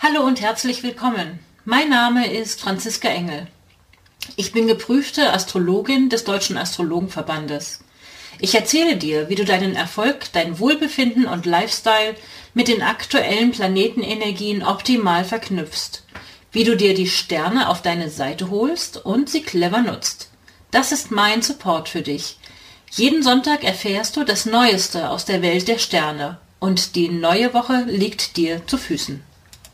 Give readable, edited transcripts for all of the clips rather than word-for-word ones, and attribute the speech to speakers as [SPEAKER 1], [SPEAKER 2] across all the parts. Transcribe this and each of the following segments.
[SPEAKER 1] Hallo und herzlich willkommen. Mein Name ist Franziska Engel. Ich bin geprüfte Astrologin des Deutschen Astrologenverbandes. Ich erzähle dir, wie du deinen Erfolg, dein Wohlbefinden und Lifestyle mit den aktuellen Planetenenergien optimal verknüpfst, wie du dir die Sterne auf deine Seite holst und sie clever nutzt. Das ist mein Support für dich. Jeden Sonntag erfährst du das Neueste aus der Welt der Sterne und die neue Woche liegt dir zu Füßen.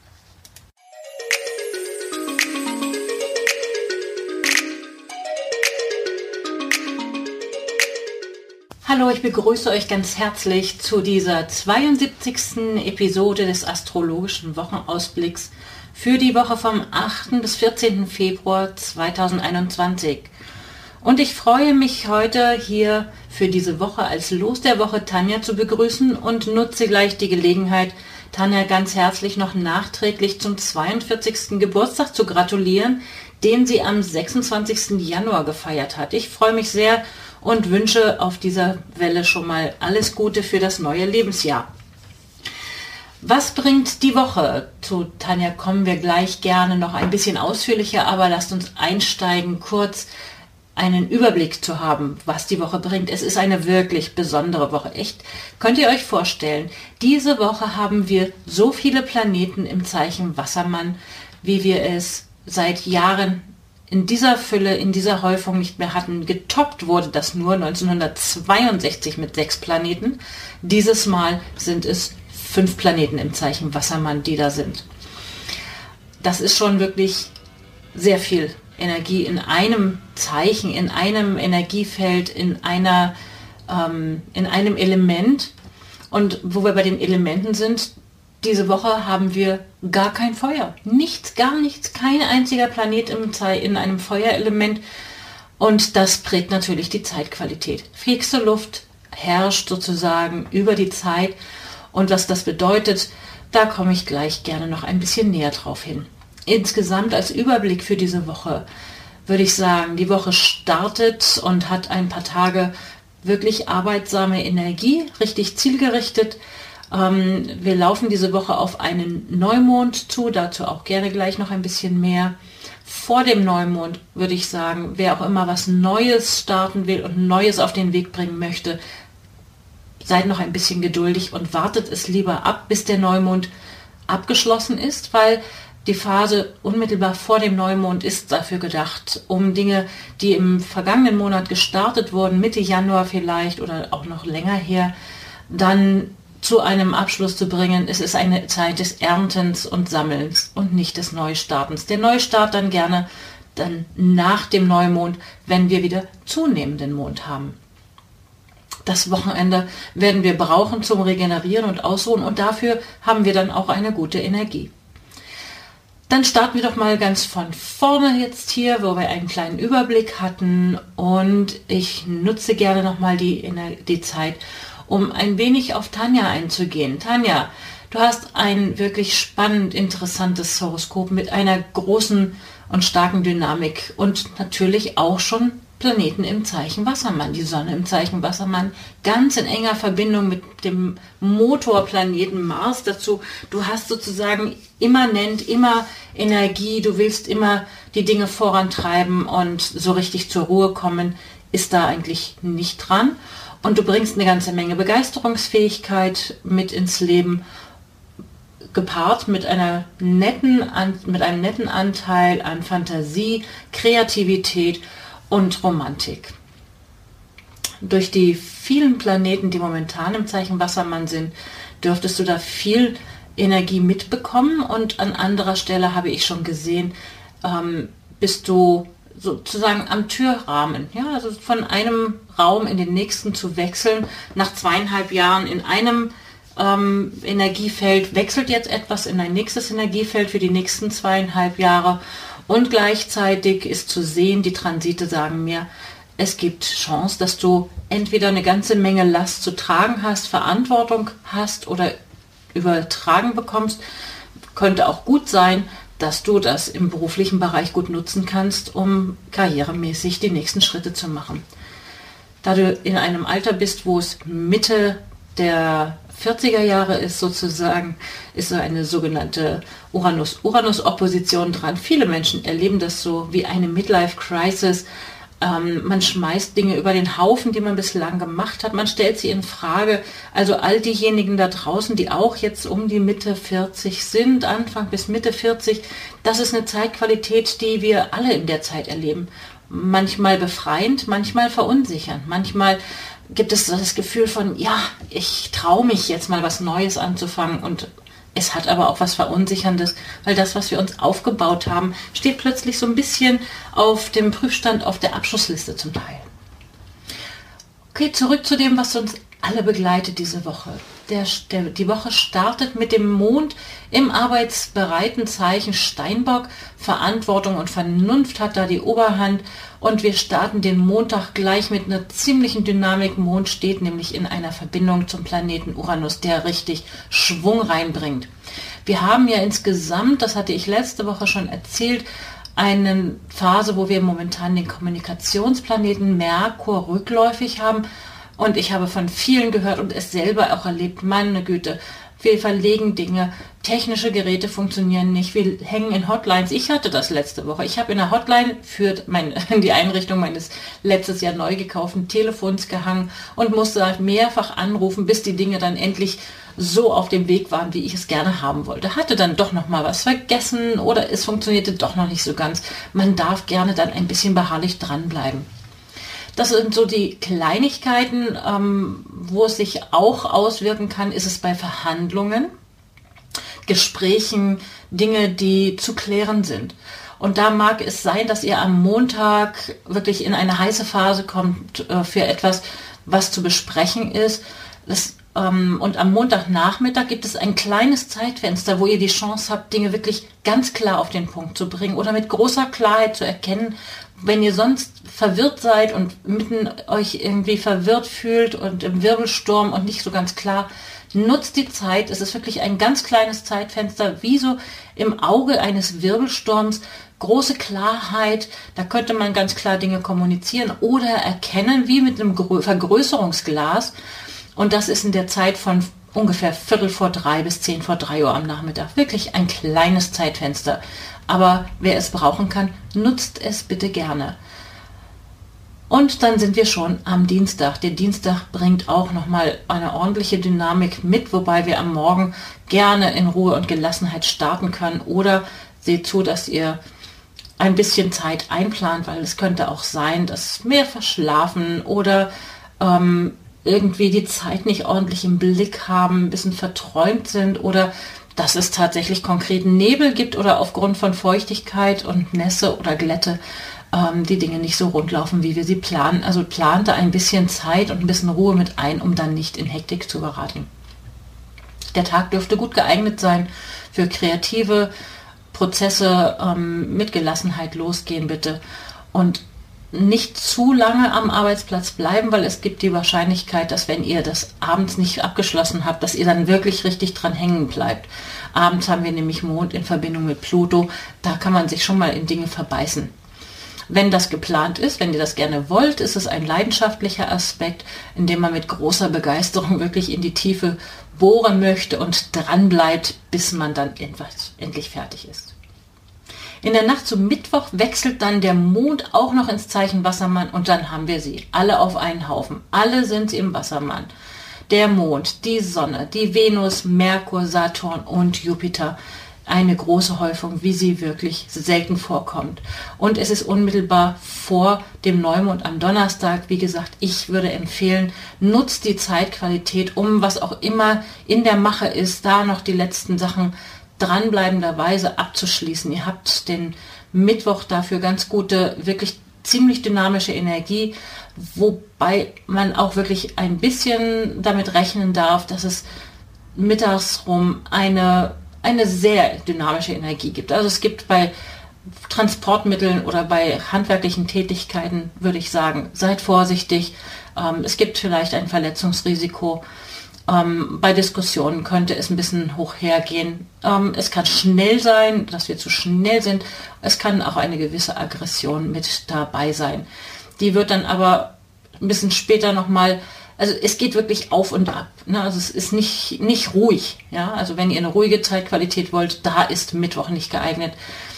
[SPEAKER 1] Hallo, ich begrüße euch ganz herzlich zu dieser 72. Episode des astrologischen Wochenausblicks für die Woche vom 8. bis 14. Februar 2021. Und ich freue mich heute hier für diese Woche als Los der Woche Tanja zu begrüßen und nutze gleich die Gelegenheit, Tanja ganz herzlich noch nachträglich zum 42. Geburtstag zu gratulieren, den sie am 26. Januar gefeiert hat. Ich freue mich sehr und wünsche auf dieser Welle schon mal alles Gute für das neue Lebensjahr. Was bringt die Woche? Zu Tanja kommen wir gleich gerne noch ein bisschen ausführlicher, aber lasst uns einsteigen, kurz einen Überblick zu haben, was die Woche bringt. Es ist eine wirklich besondere Woche. Echt, könnt ihr euch vorstellen, diese Woche haben wir so viele Planeten im Zeichen Wassermann, wie wir es seit Jahren in dieser Fülle, in dieser Häufung nicht mehr hatten. Getoppt wurde das nur 1962 mit 6 Planeten. Dieses Mal sind es 5 Planeten im Zeichen Wassermann, die da sind. Das ist schon wirklich sehr viel Energie in einem Zeichen, in einem Energiefeld, in einem Element. Und wo wir bei den Elementen sind, diese Woche haben wir gar kein Feuer. Nichts, gar nichts, kein einziger Planet in einem Feuerelement. Und das prägt natürlich die Zeitqualität. Fixe Luft herrscht sozusagen über die Zeit. Und was das bedeutet, da komme ich gleich gerne noch ein bisschen näher drauf hin. Insgesamt als Überblick für diese Woche würde ich sagen, die Woche startet und hat ein paar Tage wirklich arbeitsame Energie, richtig zielgerichtet. Wir laufen diese Woche auf einen Neumond zu, dazu auch gerne gleich noch ein bisschen mehr. Vor dem Neumond würde ich sagen, wer auch immer was Neues starten will und Neues auf den Weg bringen möchte, seid noch ein bisschen geduldig und wartet es lieber ab, bis der Neumond abgeschlossen ist, weil die Phase unmittelbar vor dem Neumond ist dafür gedacht, um Dinge, die im vergangenen Monat gestartet wurden, Mitte Januar vielleicht oder auch noch länger her, dann zu einem Abschluss zu bringen. Es ist eine Zeit des Erntens und Sammelns und nicht des Neustartens. Der Neustart dann gerne dann nach dem Neumond, wenn wir wieder zunehmenden Mond haben. Das Wochenende werden wir brauchen zum Regenerieren und Ausruhen und dafür haben wir dann auch eine gute Energie. Dann starten wir doch mal ganz von vorne jetzt hier, wo wir einen kleinen Überblick hatten und ich nutze gerne nochmal die Zeit, um ein wenig auf Tanja einzugehen. Tanja, du hast ein wirklich spannend interessantes Horoskop mit einer großen und starken Dynamik und natürlich auch schon Planeten im Zeichen Wassermann, die Sonne im Zeichen Wassermann, ganz in enger Verbindung mit dem Motorplaneten Mars dazu. Du hast sozusagen immanent immer Energie, du willst immer die Dinge vorantreiben und so richtig zur Ruhe kommen, ist da eigentlich nicht dran. Und du bringst eine ganze Menge Begeisterungsfähigkeit mit ins Leben, gepaart mit einem netten Anteil an Fantasie, Kreativität und Romantik. Durch die vielen Planeten, die momentan im Zeichen Wassermann sind, dürftest du da viel Energie mitbekommen und an anderer Stelle habe ich schon gesehen, bist du sozusagen am Türrahmen, ja, also von einem Raum in den nächsten zu wechseln. Nach 2,5 Jahren in einem Energiefeld wechselt jetzt etwas in ein nächstes Energiefeld für die nächsten 2,5 Jahre. Und gleichzeitig ist zu sehen, die Transite sagen mir, es gibt Chance, dass du entweder eine ganze Menge Last zu tragen hast, Verantwortung hast oder übertragen bekommst. Könnte auch gut sein, dass du das im beruflichen Bereich gut nutzen kannst, um karrieremäßig die nächsten Schritte zu machen. Da du in einem Alter bist, wo es Mitte der 40er Jahre ist sozusagen, ist so eine sogenannte Uranus-Opposition dran. Viele Menschen erleben das so wie eine Midlife-Crisis. Man schmeißt Dinge über den Haufen, die man bislang gemacht hat. Man stellt sie in Frage. Also all diejenigen da draußen, die auch jetzt um die Mitte 40 sind, Anfang bis Mitte 40, das ist eine Zeitqualität, die wir alle in der Zeit erleben. Manchmal befreiend, manchmal verunsichernd. Manchmal gibt es das Gefühl von, ja, ich traue mich jetzt mal was Neues anzufangen, und es hat aber auch was Verunsicherndes, weil das, was wir uns aufgebaut haben, steht plötzlich so ein bisschen auf dem Prüfstand, auf der Abschlussliste zum Teil. Okay, zurück zu dem, was uns alle begleitet diese Woche. Die Woche startet mit dem Mond im arbeitsbereiten Zeichen Steinbock. Verantwortung und Vernunft hat da die Oberhand, und wir starten den Montag gleich mit einer ziemlichen Dynamik. Mond steht nämlich in einer Verbindung zum Planeten Uranus, der richtig Schwung reinbringt. Wir haben ja insgesamt, das hatte ich letzte Woche schon erzählt, eine Phase, wo wir momentan den Kommunikationsplaneten Merkur rückläufig haben. Und ich habe von vielen gehört und es selber auch erlebt, meine Güte, wir verlegen Dinge, technische Geräte funktionieren nicht, wir hängen in Hotlines. Ich hatte das letzte Woche. Ich habe in der Hotline für die Einrichtung meines letztes Jahr neu gekauften Telefons gehangen und musste mehrfach anrufen, bis die Dinge dann endlich so auf dem Weg waren, wie ich es gerne haben wollte. Hatte dann doch noch mal was vergessen oder es funktionierte doch noch nicht so ganz. Man darf gerne dann ein bisschen beharrlich dranbleiben. Das sind so die Kleinigkeiten. Wo es sich auch auswirken kann, ist es bei Verhandlungen, Gesprächen, Dinge, die zu klären sind. Und da mag es sein, dass ihr am Montag wirklich in eine heiße Phase kommt für etwas, was zu besprechen ist. Und am Montagnachmittag gibt es ein kleines Zeitfenster, wo ihr die Chance habt, Dinge wirklich ganz klar auf den Punkt zu bringen oder mit großer Klarheit zu erkennen. Wenn ihr sonst verwirrt seid und mitten euch irgendwie verwirrt fühlt und im Wirbelsturm und nicht so ganz klar, nutzt die Zeit. Es ist wirklich ein ganz kleines Zeitfenster, wie so im Auge eines Wirbelsturms. Große Klarheit, da könnte man ganz klar Dinge kommunizieren oder erkennen, wie mit einem Vergrößerungsglas. Und das ist in der Zeit von ungefähr 2:45 bis 2:10 am Nachmittag. Wirklich ein kleines Zeitfenster. Aber wer es brauchen kann, nutzt es bitte gerne. Und dann sind wir schon am Dienstag. Der Dienstag bringt auch nochmal eine ordentliche Dynamik mit, wobei wir am Morgen gerne in Ruhe und Gelassenheit starten können. Oder seht zu, dass ihr ein bisschen Zeit einplant, weil es könnte auch sein, dass mehr verschlafen oder irgendwie die Zeit nicht ordentlich im Blick haben, ein bisschen verträumt sind oder dass es tatsächlich konkreten Nebel gibt oder aufgrund von Feuchtigkeit und Nässe oder Glätte die Dinge nicht so rund laufen, wie wir sie planen. Also plant da ein bisschen Zeit und ein bisschen Ruhe mit ein, um dann nicht in Hektik zu geraten. Der Tag dürfte gut geeignet sein für kreative Prozesse, mit Gelassenheit losgehen bitte und nicht zu lange am Arbeitsplatz bleiben, weil es gibt die Wahrscheinlichkeit, dass wenn ihr das abends nicht abgeschlossen habt, dass ihr dann wirklich richtig dran hängen bleibt. Abends haben wir nämlich Mond in Verbindung mit Pluto, da kann man sich schon mal in Dinge verbeißen. Wenn das geplant ist, wenn ihr das gerne wollt, ist es ein leidenschaftlicher Aspekt, in dem man mit großer Begeisterung wirklich in die Tiefe bohren möchte und dran bleibt, bis man dann endlich fertig ist. In der Nacht zum Mittwoch wechselt dann der Mond auch noch ins Zeichen Wassermann und dann haben wir sie alle auf einen Haufen. Alle sind sie im Wassermann. Der Mond, die Sonne, die Venus, Merkur, Saturn und Jupiter. Eine große Häufung, wie sie wirklich selten vorkommt. Und es ist unmittelbar vor dem Neumond am Donnerstag. Wie gesagt, ich würde empfehlen, nutzt die Zeitqualität, um was auch immer in der Mache ist, da noch die letzten Sachen dranbleibenderweise abzuschließen. Ihr habt den Mittwoch dafür ganz gute, wirklich ziemlich dynamische Energie, wobei man auch wirklich ein bisschen damit rechnen darf, dass es mittags rum eine sehr dynamische Energie gibt. Also es gibt bei Transportmitteln oder bei handwerklichen Tätigkeiten, würde ich sagen, seid vorsichtig. Es gibt vielleicht ein Verletzungsrisiko. Bei Diskussionen könnte es ein bisschen hoch hergehen. Es kann schnell sein, dass wir zu schnell sind. Es kann auch eine gewisse Aggression mit dabei sein. Die wird dann aber ein bisschen später nochmal also es geht wirklich auf und ab. Ne? Also es ist nicht ruhig. Ja? Also wenn ihr eine ruhige Zeitqualität wollt, da ist Mittwoch nicht geeignet.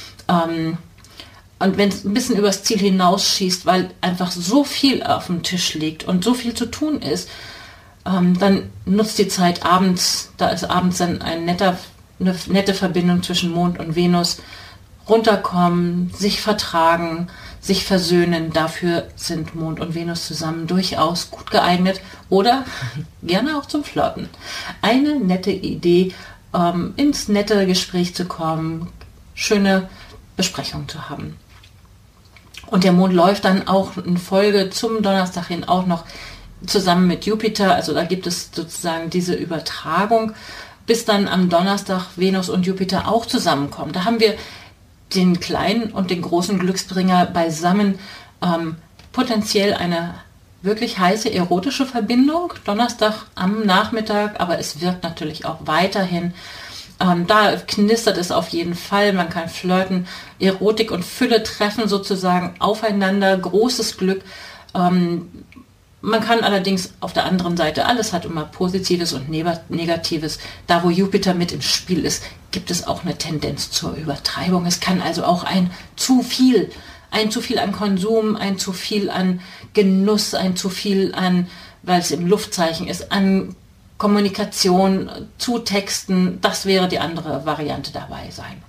[SPEAKER 1] Und wenn es ein bisschen übers Ziel hinausschießt, weil einfach so viel auf dem Tisch liegt und so viel zu tun ist, dann nutzt die Zeit abends. Da ist abends dann eine nette Verbindung zwischen Mond und Venus. Runterkommen, sich vertragen, sich versöhnen. Dafür sind Mond und Venus zusammen durchaus gut geeignet. Oder gerne auch zum Flirten. Eine nette Idee, ins nette Gespräch zu kommen, schöne Besprechungen zu haben. Und der Mond läuft dann auch in Folge zum Donnerstag hin auch noch zusammen mit Jupiter. Also da gibt es sozusagen diese Übertragung, bis dann am Donnerstag Venus und Jupiter auch zusammenkommen. Da haben wir den kleinen und den großen Glücksbringer beisammen, potenziell eine wirklich heiße erotische Verbindung, Donnerstag am Nachmittag, aber es wirkt natürlich auch weiterhin. Da knistert es auf jeden Fall, man kann flirten, Erotik und Fülle treffen sozusagen aufeinander, großes Glück. Man kann allerdings auf der anderen Seite, alles hat immer Positives und Negatives. Da, wo Jupiter mit im Spiel ist, gibt es auch eine Tendenz zur Übertreibung. Es kann also auch ein zu viel an Konsum, ein zu viel an Genuss, ein zu viel an, weil es im Luftzeichen ist, an Kommunikation, zu Texten. Das wäre die andere Variante dabei sein.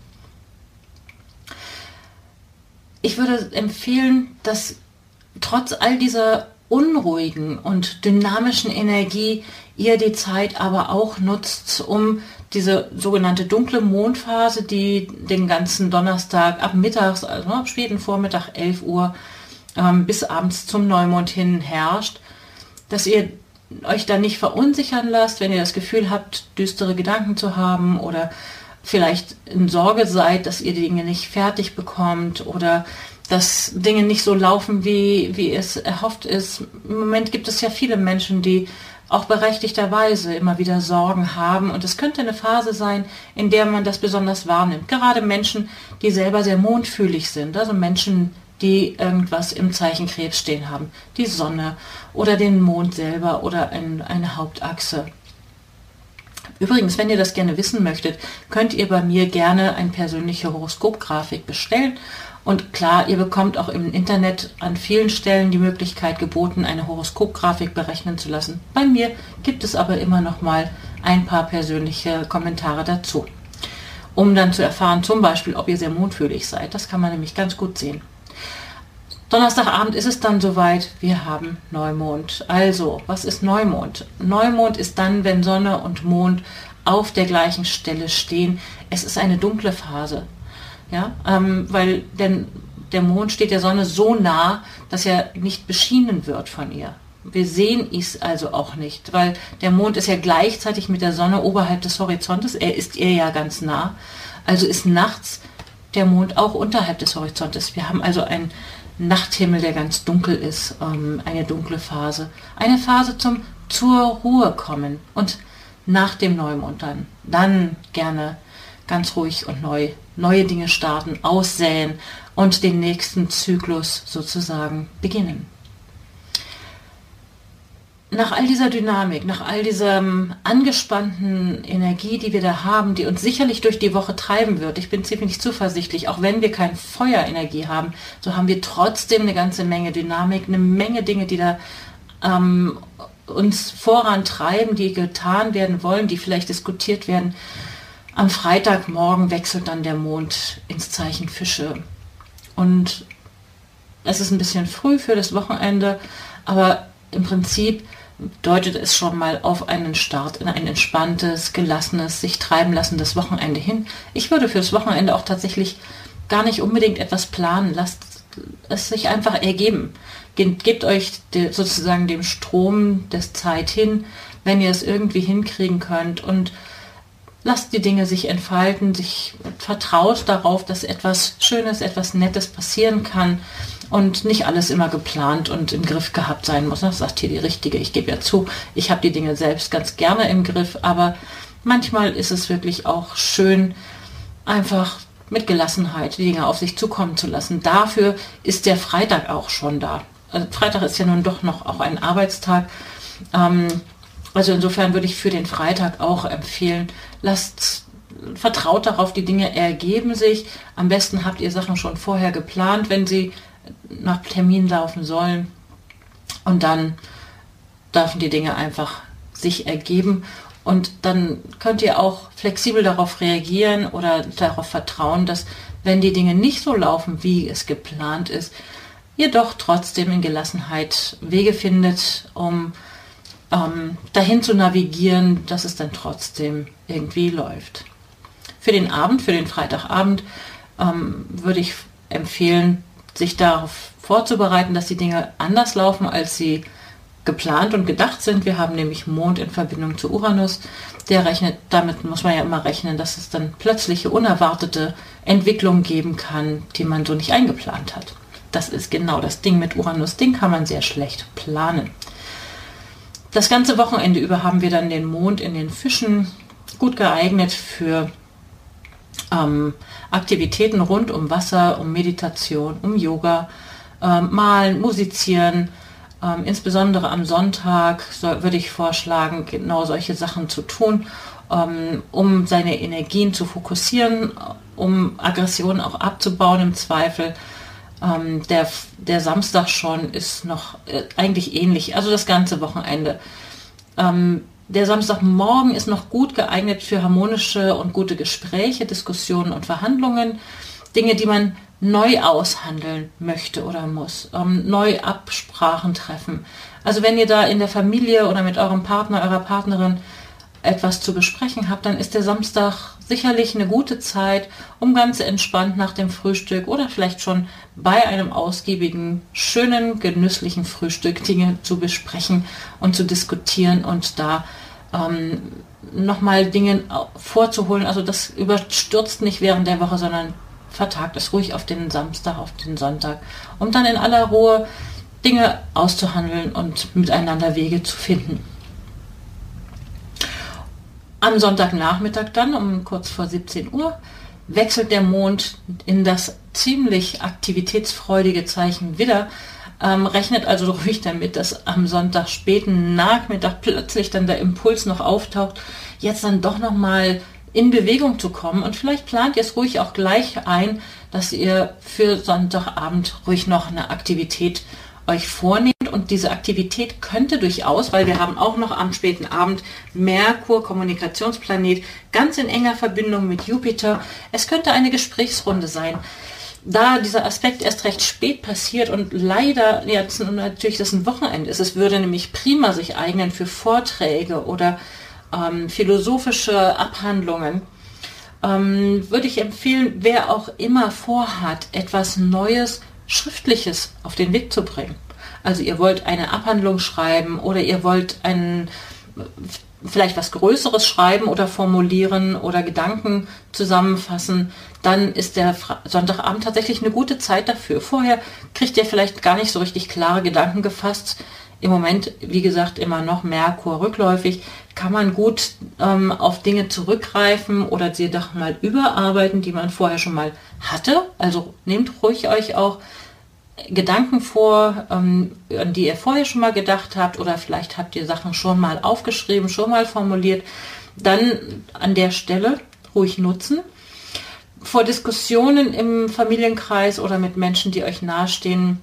[SPEAKER 1] Ich würde empfehlen, dass trotz all dieser unruhigen und dynamischen Energie ihr die Zeit aber auch nutzt, um diese sogenannte dunkle Mondphase, die den ganzen Donnerstag ab mittags, also ab späten Vormittag 11 Uhr bis abends zum Neumond hin herrscht, dass ihr euch da nicht verunsichern lasst, wenn ihr das Gefühl habt, düstere Gedanken zu haben oder vielleicht in Sorge seid, dass ihr die Dinge nicht fertig bekommt oder dass Dinge nicht so laufen, wie es erhofft ist. Im Moment gibt es ja viele Menschen, die auch berechtigterweise immer wieder Sorgen haben. Und es könnte eine Phase sein, in der man das besonders wahrnimmt. Gerade Menschen, die selber sehr mondfühlig sind. Also Menschen, die irgendwas im Zeichen Krebs stehen haben. Die Sonne oder den Mond selber oder eine Hauptachse. Übrigens, wenn ihr das gerne wissen möchtet, könnt ihr bei mir gerne eine persönliche Horoskopgrafik bestellen. Und klar, ihr bekommt auch im Internet an vielen Stellen die Möglichkeit geboten, eine Horoskopgrafik berechnen zu lassen. Bei mir gibt es aber immer noch mal ein paar persönliche Kommentare dazu, um dann zu erfahren, zum Beispiel, ob ihr sehr mondfühlig seid. Das kann man nämlich ganz gut sehen. Donnerstagabend ist es dann soweit, wir haben Neumond. Also, was ist Neumond? Neumond ist dann, wenn Sonne und Mond auf der gleichen Stelle stehen. Es ist eine dunkle Phase. Ja, weil denn der Mond steht der Sonne so nah, dass er nicht beschienen wird von ihr. Wir sehen es also auch nicht, weil der Mond ist ja gleichzeitig mit der Sonne oberhalb des Horizontes. Er ist ihr ja ganz nah. Also ist nachts der Mond auch unterhalb des Horizontes. Wir haben also einen Nachthimmel, der ganz dunkel ist, eine dunkle Phase. Eine Phase zum zur Ruhe kommen und nach dem Neumond dann gerne ganz ruhig und neue Dinge starten, aussäen und den nächsten Zyklus sozusagen beginnen. Nach all dieser Dynamik, nach all dieser angespannten Energie, die wir da haben, die uns sicherlich durch die Woche treiben wird, ich bin ziemlich zuversichtlich, auch wenn wir keine Feuerenergie haben, so haben wir trotzdem eine ganze Menge Dynamik, eine Menge Dinge, die da uns vorantreiben, die getan werden wollen, die vielleicht diskutiert werden. Am Freitagmorgen wechselt dann der Mond ins Zeichen Fische. Und es ist ein bisschen früh für das Wochenende, aber im Prinzip deutet es schon mal auf einen Start in ein entspanntes, gelassenes, sich treiben lassendes Wochenende hin. Ich würde fürs Wochenende auch tatsächlich gar nicht unbedingt etwas planen. Lasst es sich einfach ergeben. Gebt euch sozusagen dem Strom des Zeit hin, wenn ihr es irgendwie hinkriegen könnt und lasst die Dinge sich entfalten, sich vertraut darauf, dass etwas Schönes, etwas Nettes passieren kann und nicht alles immer geplant und im Griff gehabt sein muss. Das sagt hier die Richtige. Ich gebe ja zu, ich habe die Dinge selbst ganz gerne im Griff, aber manchmal ist es wirklich auch schön, einfach mit Gelassenheit die Dinge auf sich zukommen zu lassen. Dafür ist der Freitag auch schon da. Also Freitag ist ja nun doch noch auch ein Arbeitstag Also insofern würde ich für den Freitag auch empfehlen, vertraut darauf, die Dinge ergeben sich. Am besten habt ihr Sachen schon vorher geplant, wenn sie nach Termin laufen sollen. Und dann dürfen die Dinge einfach sich ergeben. Und dann könnt ihr auch flexibel darauf reagieren oder darauf vertrauen, dass, wenn die Dinge nicht so laufen, wie es geplant ist, ihr doch trotzdem in Gelassenheit Wege findet, um dahin zu navigieren, dass es dann trotzdem irgendwie läuft. Für den Abend, für den Freitagabend, würde ich empfehlen, sich darauf vorzubereiten, dass die Dinge anders laufen, als sie geplant und gedacht sind. Wir haben nämlich Mond in Verbindung zu Uranus. Damit muss man ja immer rechnen, dass es dann plötzliche, unerwartete Entwicklungen geben kann, die man so nicht eingeplant hat. Das ist genau das Ding mit Uranus. Den kann man sehr schlecht planen. Das ganze Wochenende über haben wir dann den Mond in den Fischen, gut geeignet für Aktivitäten rund um Wasser, um Meditation, um Yoga, Malen, Musizieren. Insbesondere am Sonntag würde ich vorschlagen, genau solche Sachen zu tun, um seine Energien zu fokussieren, Aggressionen auch abzubauen im Zweifel. Der Samstag schon ist noch eigentlich ähnlich, also das ganze Wochenende. Der Samstagmorgen ist noch gut geeignet für harmonische und gute Gespräche, Diskussionen und Verhandlungen. Dinge, die man neu aushandeln möchte oder muss. Neu Absprachen treffen. Also wenn ihr da in der Familie oder mit eurem Partner, eurer Partnerin etwas zu besprechen habt, dann ist der Samstag sicherlich eine gute Zeit, um ganz entspannt nach dem Frühstück oder vielleicht schon bei einem ausgiebigen, schönen, genüsslichen Frühstück Dinge zu besprechen und zu diskutieren und da nochmal Dinge vorzuholen. Also das überstürzt nicht während der Woche, sondern vertagt es ruhig auf den Samstag, auf den Sonntag, um dann in aller Ruhe Dinge auszuhandeln und miteinander Wege zu finden. Am Sonntagnachmittag dann, um kurz vor 17 Uhr, wechselt der Mond in das ziemlich aktivitätsfreudige Zeichen Widder. Rechnet also ruhig damit, dass am Sonntag späten Nachmittag plötzlich dann der Impuls noch auftaucht, jetzt dann doch nochmal in Bewegung zu kommen. Und vielleicht plant ihr es ruhig auch gleich ein, dass ihr für Sonntagabend ruhig noch eine Aktivität euch vornehmt. Und diese Aktivität könnte durchaus, weil wir haben auch noch am späten Abend Merkur, Kommunikationsplanet, ganz in enger Verbindung mit Jupiter. Es könnte eine Gesprächsrunde sein. Da dieser Aspekt erst recht spät passiert und leider jetzt natürlich das ein Wochenende ist, es würde nämlich prima sich eignen für Vorträge oder philosophische Abhandlungen, würde ich empfehlen, wer auch immer vorhat, etwas Neues, Schriftliches auf den Weg zu bringen. Also ihr wollt eine Abhandlung schreiben oder ihr wollt vielleicht was Größeres schreiben oder formulieren oder Gedanken zusammenfassen, dann ist der Sonntagabend tatsächlich eine gute Zeit dafür. Vorher kriegt ihr vielleicht gar nicht so richtig klare Gedanken gefasst. Im Moment, wie gesagt, immer noch Merkur rückläufig, kann man gut auf Dinge zurückgreifen oder sie doch mal überarbeiten, die man vorher schon mal hatte. Also nehmt ruhig euch auch Gedanken vor, an die ihr vorher schon mal gedacht habt oder vielleicht habt ihr Sachen schon mal aufgeschrieben, schon mal formuliert. Dann an der Stelle ruhig nutzen. Vor Diskussionen im Familienkreis oder mit Menschen, die euch nahestehen,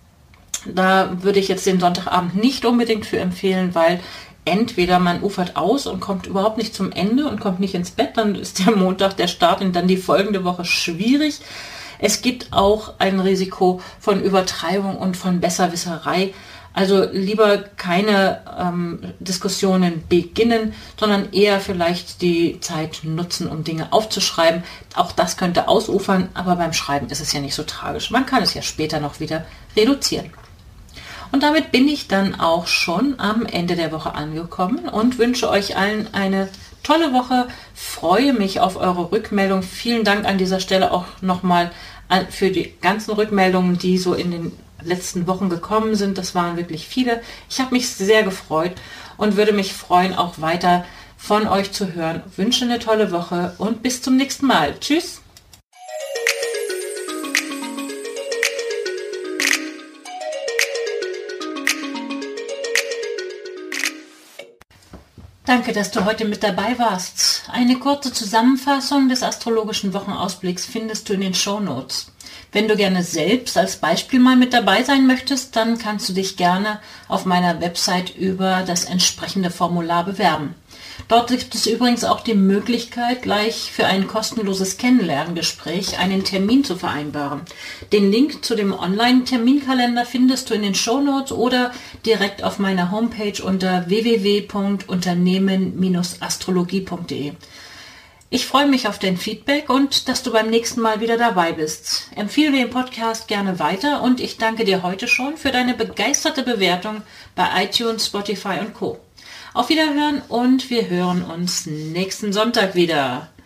[SPEAKER 1] da würde ich jetzt den Sonntagabend nicht unbedingt für empfehlen, weil entweder man ufert aus und kommt überhaupt nicht zum Ende und kommt nicht ins Bett, dann ist der Montag der Start und dann die folgende Woche schwierig. Es gibt auch ein Risiko von Übertreibung und von Besserwisserei. Also lieber keine Diskussionen beginnen, sondern eher vielleicht die Zeit nutzen, um Dinge aufzuschreiben. Auch das könnte ausufern, aber beim Schreiben ist es ja nicht so tragisch. Man kann es ja später noch wieder reduzieren. Und damit bin ich dann auch schon am Ende der Woche angekommen und wünsche euch allen eine tolle Woche. Freue mich auf eure Rückmeldung. Vielen Dank an dieser Stelle auch nochmal für die ganzen Rückmeldungen, die so in den letzten Wochen gekommen sind. Das waren wirklich viele. Ich habe mich sehr gefreut und würde mich freuen, auch weiter von euch zu hören. Wünsche eine tolle Woche und bis zum nächsten Mal. Tschüss! Danke, dass du heute mit dabei warst. Eine kurze Zusammenfassung des astrologischen Wochenausblicks findest du in den Shownotes. Wenn du gerne selbst als Beispiel mal mit dabei sein möchtest, dann kannst du dich gerne auf meiner Website über das entsprechende Formular bewerben. Dort gibt es übrigens auch die Möglichkeit, gleich für ein kostenloses Kennenlerngespräch einen Termin zu vereinbaren. Den Link zu dem Online-Terminkalender findest du in den Shownotes oder direkt auf meiner Homepage unter www.unternehmen-astrologie.de. Ich freue mich auf dein Feedback und dass du beim nächsten Mal wieder dabei bist. Empfehle den Podcast gerne weiter und ich danke dir heute schon für deine begeisterte Bewertung bei iTunes, Spotify und Co. Auf Wiederhören und wir hören uns nächsten Sonntag wieder.